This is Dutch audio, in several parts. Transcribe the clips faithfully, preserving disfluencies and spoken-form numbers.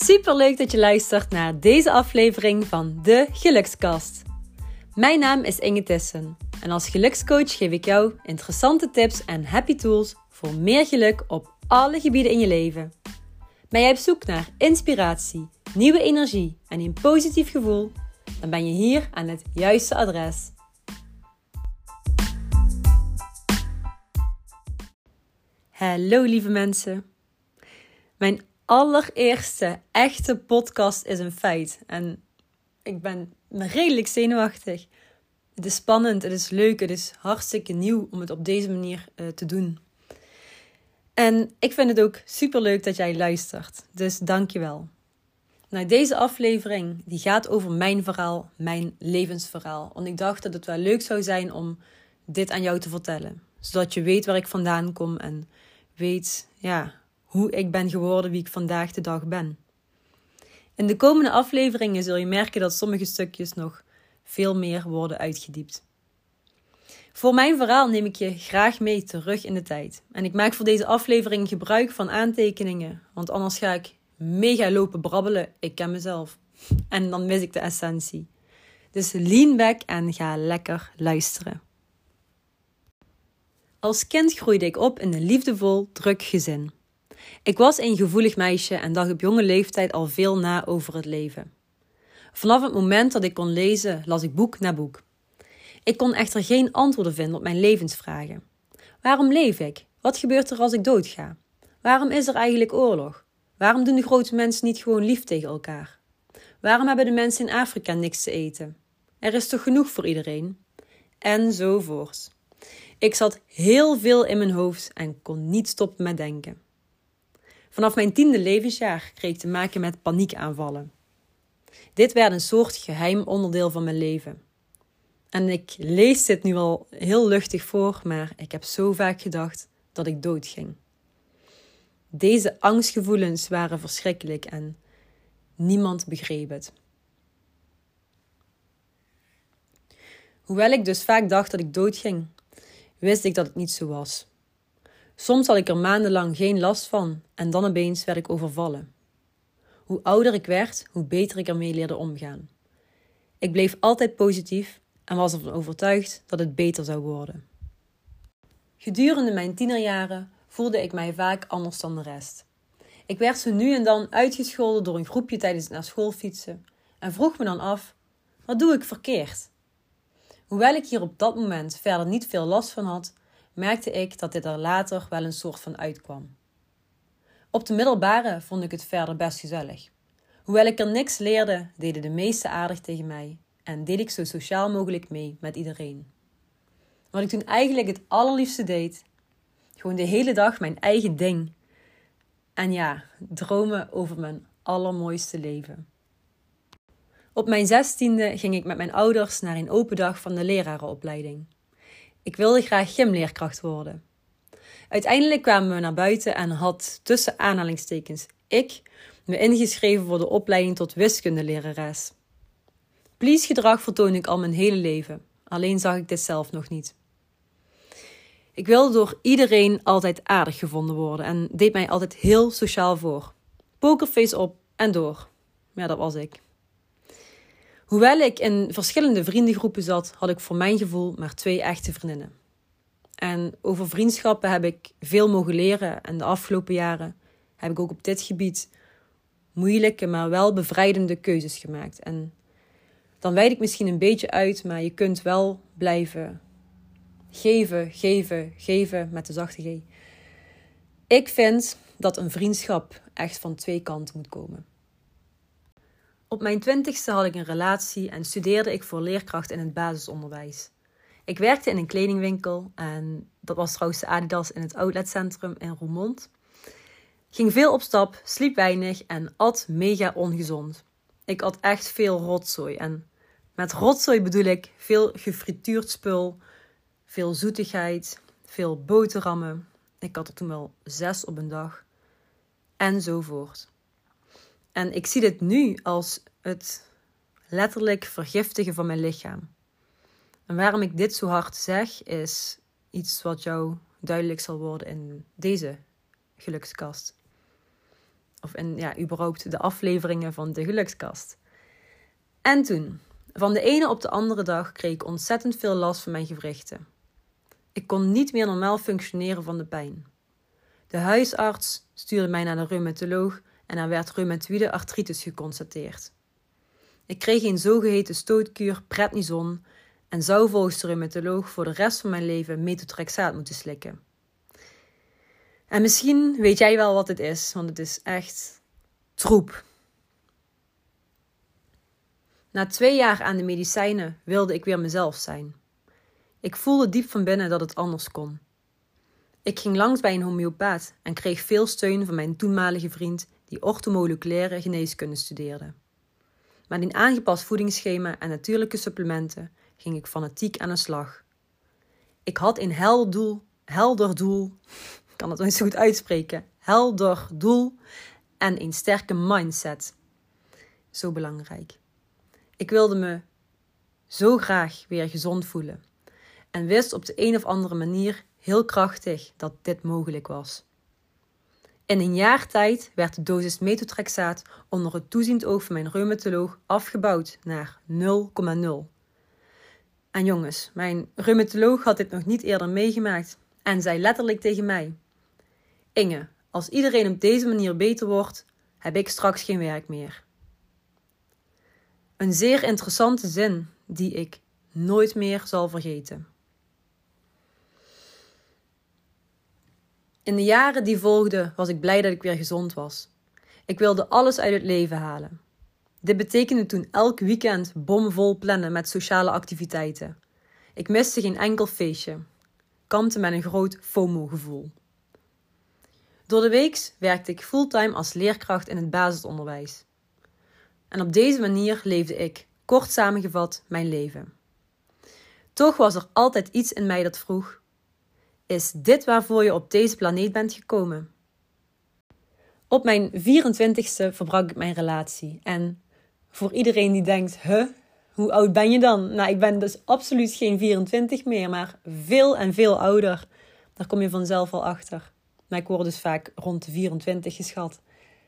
Super leuk dat je luistert naar deze aflevering van de Gelukskast. Mijn naam is Inge Tissen en als gelukscoach geef ik jou interessante tips en happy tools voor meer geluk op alle gebieden in je leven. Ben jij op zoek naar inspiratie, nieuwe energie en een positief gevoel? Dan ben je hier aan het juiste adres. Hallo lieve mensen. Mijn allereerste echte podcast is een feit. En ik ben redelijk zenuwachtig. Het is spannend, het is leuk, het is hartstikke nieuw om het op deze manier uh, te doen. En ik vind het ook superleuk dat jij luistert. Dus dank je wel. Nou, deze aflevering die gaat over mijn verhaal, mijn levensverhaal. Want ik dacht dat het wel leuk zou zijn om dit aan jou te vertellen. Zodat je weet waar ik vandaan kom en weet ja, hoe ik ben geworden wie ik vandaag de dag ben. In de komende afleveringen zul je merken dat sommige stukjes nog veel meer worden uitgediept. Voor mijn verhaal neem ik je graag mee terug in de tijd. En ik maak voor deze aflevering gebruik van aantekeningen. Want anders ga ik mega lopen brabbelen. Ik ken mezelf. En dan mis ik de essentie. Dus lean back en ga lekker luisteren. Als kind groeide ik op in een liefdevol, druk gezin. Ik was een gevoelig meisje en dacht op jonge leeftijd al veel na over het leven. Vanaf het moment dat ik kon lezen, las ik boek na boek. Ik kon echter geen antwoorden vinden op mijn levensvragen. Waarom leef ik? Wat gebeurt er als ik doodga? Waarom is er eigenlijk oorlog? Waarom doen de grote mensen niet gewoon lief tegen elkaar? Waarom hebben de mensen in Afrika niks te eten? Er is toch genoeg voor iedereen? Enzovoort. Ik zat heel veel in mijn hoofd en kon niet stoppen met denken. Vanaf mijn tiende levensjaar kreeg ik te maken met paniekaanvallen. Dit werd een soort geheim onderdeel van mijn leven. En ik lees dit nu al heel luchtig voor, maar ik heb zo vaak gedacht dat ik doodging. Deze angstgevoelens waren verschrikkelijk en niemand begreep het. Hoewel ik dus vaak dacht dat ik doodging, wist ik dat het niet zo was. Soms had ik er maandenlang geen last van en dan opeens werd ik overvallen. Hoe ouder ik werd, hoe beter ik ermee leerde omgaan. Ik bleef altijd positief en was ervan overtuigd dat het beter zou worden. Gedurende mijn tienerjaren voelde ik mij vaak anders dan de rest. Ik werd zo nu en dan uitgescholden door een groepje tijdens het naar school fietsen en vroeg me dan af, wat doe ik verkeerd? Hoewel ik hier op dat moment verder niet veel last van had, merkte ik dat dit er later wel een soort van uitkwam. Op de middelbare vond ik het verder best gezellig. Hoewel ik er niks leerde, deden de meesten aardig tegen mij en deed ik zo sociaal mogelijk mee met iedereen. Wat ik toen eigenlijk het allerliefste deed, gewoon de hele dag mijn eigen ding. En ja, dromen over mijn allermooiste leven. Op mijn zestiende ging ik met mijn ouders naar een open dag van de lerarenopleiding. Ik wilde graag gymleerkracht worden. Uiteindelijk kwamen we naar buiten en had tussen aanhalingstekens ik me ingeschreven voor de opleiding tot wiskundelerares. Please-gedrag vertoon ik al mijn hele leven, alleen zag ik dit zelf nog niet. Ik wilde door iedereen altijd aardig gevonden worden en deed mij altijd heel sociaal voor. Pokerface op en door. Ja, dat was ik. Hoewel ik in verschillende vriendengroepen zat, had ik voor mijn gevoel maar twee echte vriendinnen. En over vriendschappen heb ik veel mogen leren en de afgelopen jaren heb ik ook op dit gebied moeilijke, maar wel bevrijdende keuzes gemaakt. En dan wijd ik misschien een beetje uit, maar je kunt wel blijven geven, geven, geven met de zachte G. Ik vind dat een vriendschap echt van twee kanten moet komen. Op mijn twintigste had ik een relatie en studeerde ik voor leerkracht in het basisonderwijs. Ik werkte in een kledingwinkel en dat was trouwens de Adidas in het outletcentrum in Roermond. Ging veel op stap, sliep weinig en at mega ongezond. Ik at echt veel rotzooi en met rotzooi bedoel ik veel gefrituurd spul, veel zoetigheid, veel boterhammen. Ik had er toen wel zes op een dag enzovoort. En ik zie dit nu als het letterlijk vergiftigen van mijn lichaam. En waarom ik dit zo hard zeg, is iets wat jou duidelijk zal worden in deze gelukskast. Of in, ja, überhaupt de afleveringen van de Gelukskast. En toen, van de ene op de andere dag, kreeg ik ontzettend veel last van mijn gewrichten. Ik kon niet meer normaal functioneren van de pijn. De huisarts stuurde mij naar de reumatoloog en er werd reumatoïde artritis geconstateerd. Ik kreeg een zogeheten stootkuur prednison en zou volgens de reumatoloog voor de rest van mijn leven methotrexaat moeten slikken. En misschien weet jij wel wat het is, want het is echt troep. Na twee jaar aan de medicijnen wilde ik weer mezelf zijn. Ik voelde diep van binnen dat het anders kon. Ik ging langs bij een homeopaat en kreeg veel steun van mijn toenmalige vriend die orthomoleculaire geneeskunde studeerde. Met een aangepast voedingsschema en natuurlijke supplementen ging ik fanatiek aan de slag. Ik had een helder doel, helder doel, ik kan het nog niet zo goed uitspreken, helder doel en een sterke mindset. Zo belangrijk. Ik wilde me zo graag weer gezond voelen en wist op de een of andere manier heel krachtig dat dit mogelijk was. In een jaar tijd werd de dosis methotrexaat onder het toeziend oog van mijn reumatoloog afgebouwd naar nul komma nul. En jongens, mijn reumatoloog had dit nog niet eerder meegemaakt en zei letterlijk tegen mij: Inge, als iedereen op deze manier beter wordt, heb ik straks geen werk meer. Een zeer interessante zin die ik nooit meer zal vergeten. In de jaren die volgden was ik blij dat ik weer gezond was. Ik wilde alles uit het leven halen. Dit betekende toen elk weekend bomvol plannen met sociale activiteiten. Ik miste geen enkel feestje. Kampte met een groot FOMO-gevoel. Door de weeks werkte ik fulltime als leerkracht in het basisonderwijs. En op deze manier leefde ik, kort samengevat, mijn leven. Toch was er altijd iets in mij dat vroeg: is dit waarvoor je op deze planeet bent gekomen? Op mijn vierentwintigste verbrak ik mijn relatie. En voor iedereen die denkt, huh, hoe oud ben je dan? Nou, ik ben dus absoluut geen vierentwintig meer, maar veel en veel ouder. Daar kom je vanzelf al achter. Maar ik word dus vaak rond de vierentwintig geschat.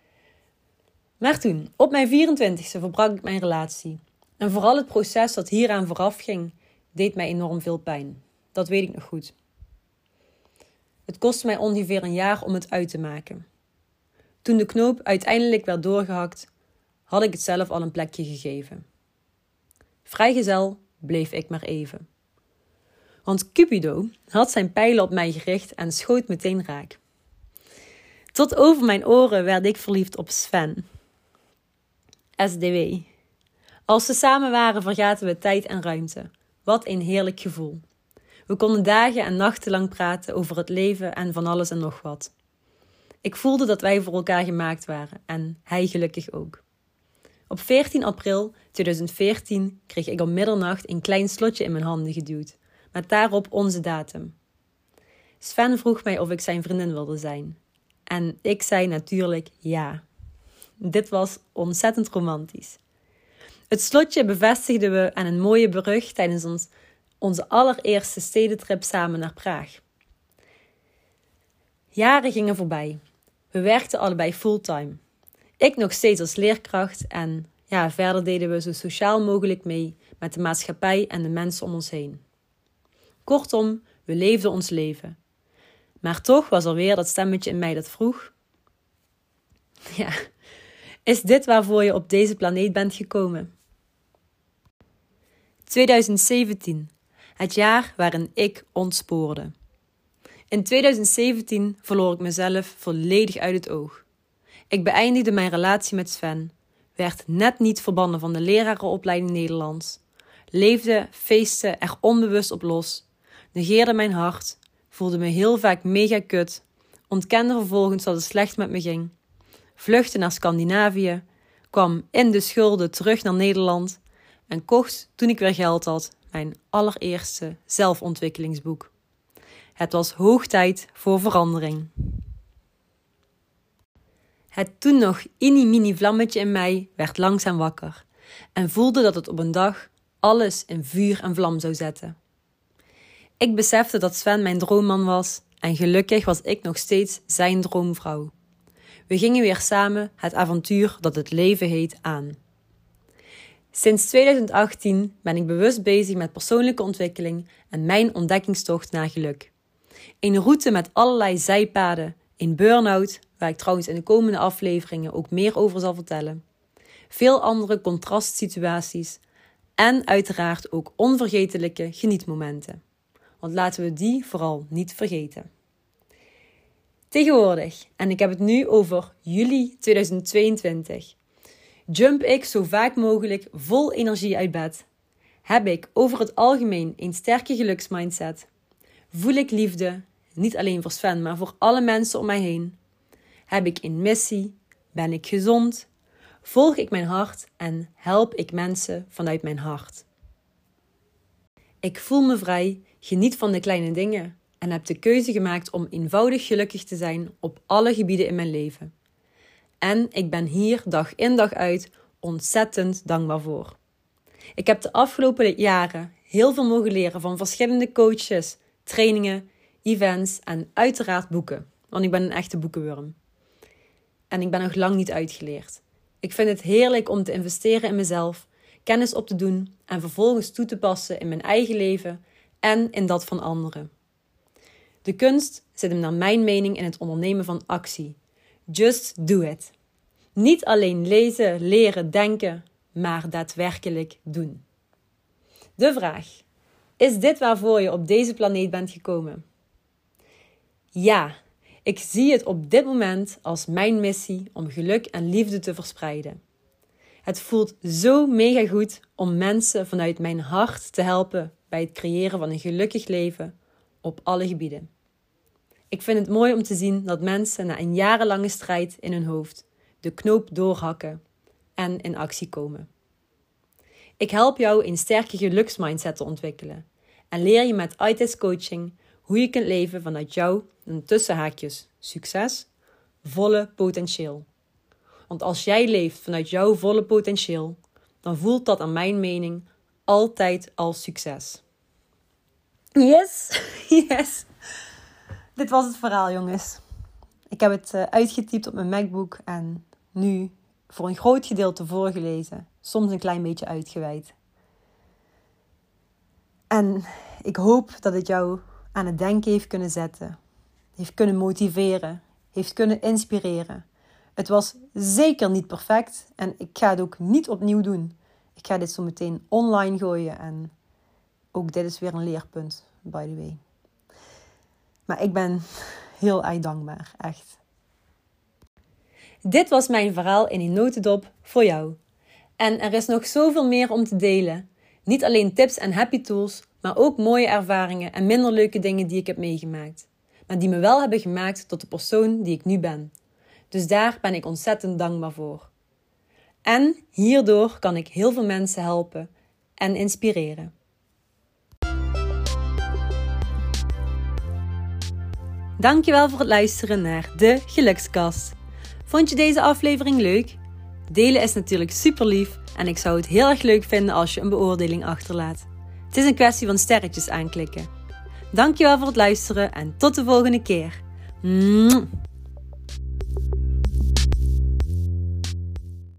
Maar toen, op mijn vierentwintigste, verbrak ik mijn relatie. En vooral het proces dat hieraan vooraf ging, deed mij enorm veel pijn. Dat weet ik nog goed. Het kostte mij ongeveer een jaar om het uit te maken. Toen de knoop uiteindelijk werd doorgehakt, had ik het zelf al een plekje gegeven. Vrijgezel bleef ik maar even. Want Cupido had zijn pijlen op mij gericht en schoot meteen raak. Tot over mijn oren werd ik verliefd op Sven. S D W. Als we samen waren, vergaten we tijd en ruimte. Wat een heerlijk gevoel. We konden dagen en nachten lang praten over het leven en van alles en nog wat. Ik voelde dat wij voor elkaar gemaakt waren en hij gelukkig ook. Op veertien april tweeduizend veertien kreeg ik om middernacht een klein slotje in mijn handen geduwd, met daarop onze datum. Sven vroeg mij of ik zijn vriendin wilde zijn. En ik zei natuurlijk ja. Dit was ontzettend romantisch. Het slotje bevestigden we aan een mooie brug tijdens ons, onze allereerste stedentrip samen naar Praag. Jaren gingen voorbij. We werkten allebei fulltime. Ik nog steeds als leerkracht en ja, verder deden we zo sociaal mogelijk mee met de maatschappij en de mensen om ons heen. Kortom, we leefden ons leven. Maar toch was er weer dat stemmetje in mij dat vroeg: ja, is dit waarvoor je op deze planeet bent gekomen? tweeduizend zeventien, het jaar waarin ik ontspoorde. In tweeduizend zeventien verloor ik mezelf volledig uit het oog. Ik beëindigde mijn relatie met Sven, werd net niet verbannen van de lerarenopleiding Nederlands, leefde, feestte er onbewust op los, negeerde mijn hart, voelde me heel vaak mega kut, ontkende vervolgens dat het slecht met me ging, vluchtte naar Scandinavië, kwam in de schulden terug naar Nederland en kocht, toen ik weer geld had, mijn allereerste zelfontwikkelingsboek. Het was hoog tijd voor verandering. Het toen nog inni-mini vlammetje in mij werd langzaam wakker en voelde dat het op een dag alles in vuur en vlam zou zetten. Ik besefte dat Sven mijn droomman was en gelukkig was ik nog steeds zijn droomvrouw. We gingen weer samen het avontuur dat het leven heet aan. Sinds twintig achttien ben ik bewust bezig met persoonlijke ontwikkeling en mijn ontdekkingstocht naar geluk. Een route met allerlei zijpaden, een burn-out, waar ik trouwens in de komende afleveringen ook meer over zal vertellen. Veel andere contrastsituaties en uiteraard ook onvergetelijke genietmomenten. Want laten we die vooral niet vergeten. Tegenwoordig, en ik heb het nu over juli tweeduizend tweeëntwintig, jump ik zo vaak mogelijk vol energie uit bed. Heb ik over het algemeen een sterke geluksmindset. Voel ik liefde, niet alleen voor Sven, maar voor alle mensen om mij heen. Heb ik een missie, ben ik gezond, volg ik mijn hart en help ik mensen vanuit mijn hart. Ik voel me vrij, geniet van de kleine dingen en heb de keuze gemaakt om eenvoudig gelukkig te zijn op alle gebieden in mijn leven. En ik ben hier dag in dag uit ontzettend dankbaar voor. Ik heb de afgelopen jaren heel veel mogen leren van verschillende coaches, trainingen, events en uiteraard boeken. Want ik ben een echte boekenworm. En ik ben nog lang niet uitgeleerd. Ik vind het heerlijk om te investeren in mezelf, kennis op te doen en vervolgens toe te passen in mijn eigen leven en in dat van anderen. De kunst zit hem naar mijn mening in het ondernemen van actie. Just do it. Niet alleen lezen, leren, denken, maar daadwerkelijk doen. De vraag: is dit waarvoor je op deze planeet bent gekomen? Ja, ik zie het op dit moment als mijn missie om geluk en liefde te verspreiden. Het voelt zo mega goed om mensen vanuit mijn hart te helpen bij het creëren van een gelukkig leven op alle gebieden. Ik vind het mooi om te zien dat mensen na een jarenlange strijd in hun hoofd de knoop doorhakken en in actie komen. Ik help jou een sterke geluksmindset te ontwikkelen en leer je met I T S coaching hoe je kunt leven vanuit jouw, tussen haakjes, succes, volle potentieel. Want als jij leeft vanuit jouw volle potentieel, dan voelt dat aan mijn mening altijd als succes. Yes, yes. Dit was het verhaal, jongens. Ik heb het uh, uitgetypt op mijn MacBook en nu voor een groot gedeelte voorgelezen. Soms een klein beetje uitgeweid. En ik hoop dat het jou aan het denken heeft kunnen zetten. Heeft kunnen motiveren. Heeft kunnen inspireren. Het was zeker niet perfect en ik ga het ook niet opnieuw doen. Ik ga dit zo meteen online gooien en ook dit is weer een leerpunt, by the way. Maar ik ben heel erg dankbaar, echt. Dit was mijn verhaal in een notendop voor jou. En er is nog zoveel meer om te delen. Niet alleen tips en happy tools, maar ook mooie ervaringen en minder leuke dingen die ik heb meegemaakt. Maar die me wel hebben gemaakt tot de persoon die ik nu ben. Dus daar ben ik ontzettend dankbaar voor. En hierdoor kan ik heel veel mensen helpen en inspireren. Dankjewel voor het luisteren naar de Gelukskast. Vond je deze aflevering leuk? Delen is natuurlijk super lief en ik zou het heel erg leuk vinden als je een beoordeling achterlaat. Het is een kwestie van sterretjes aanklikken. Dankjewel voor het luisteren en tot de volgende keer. Mwah.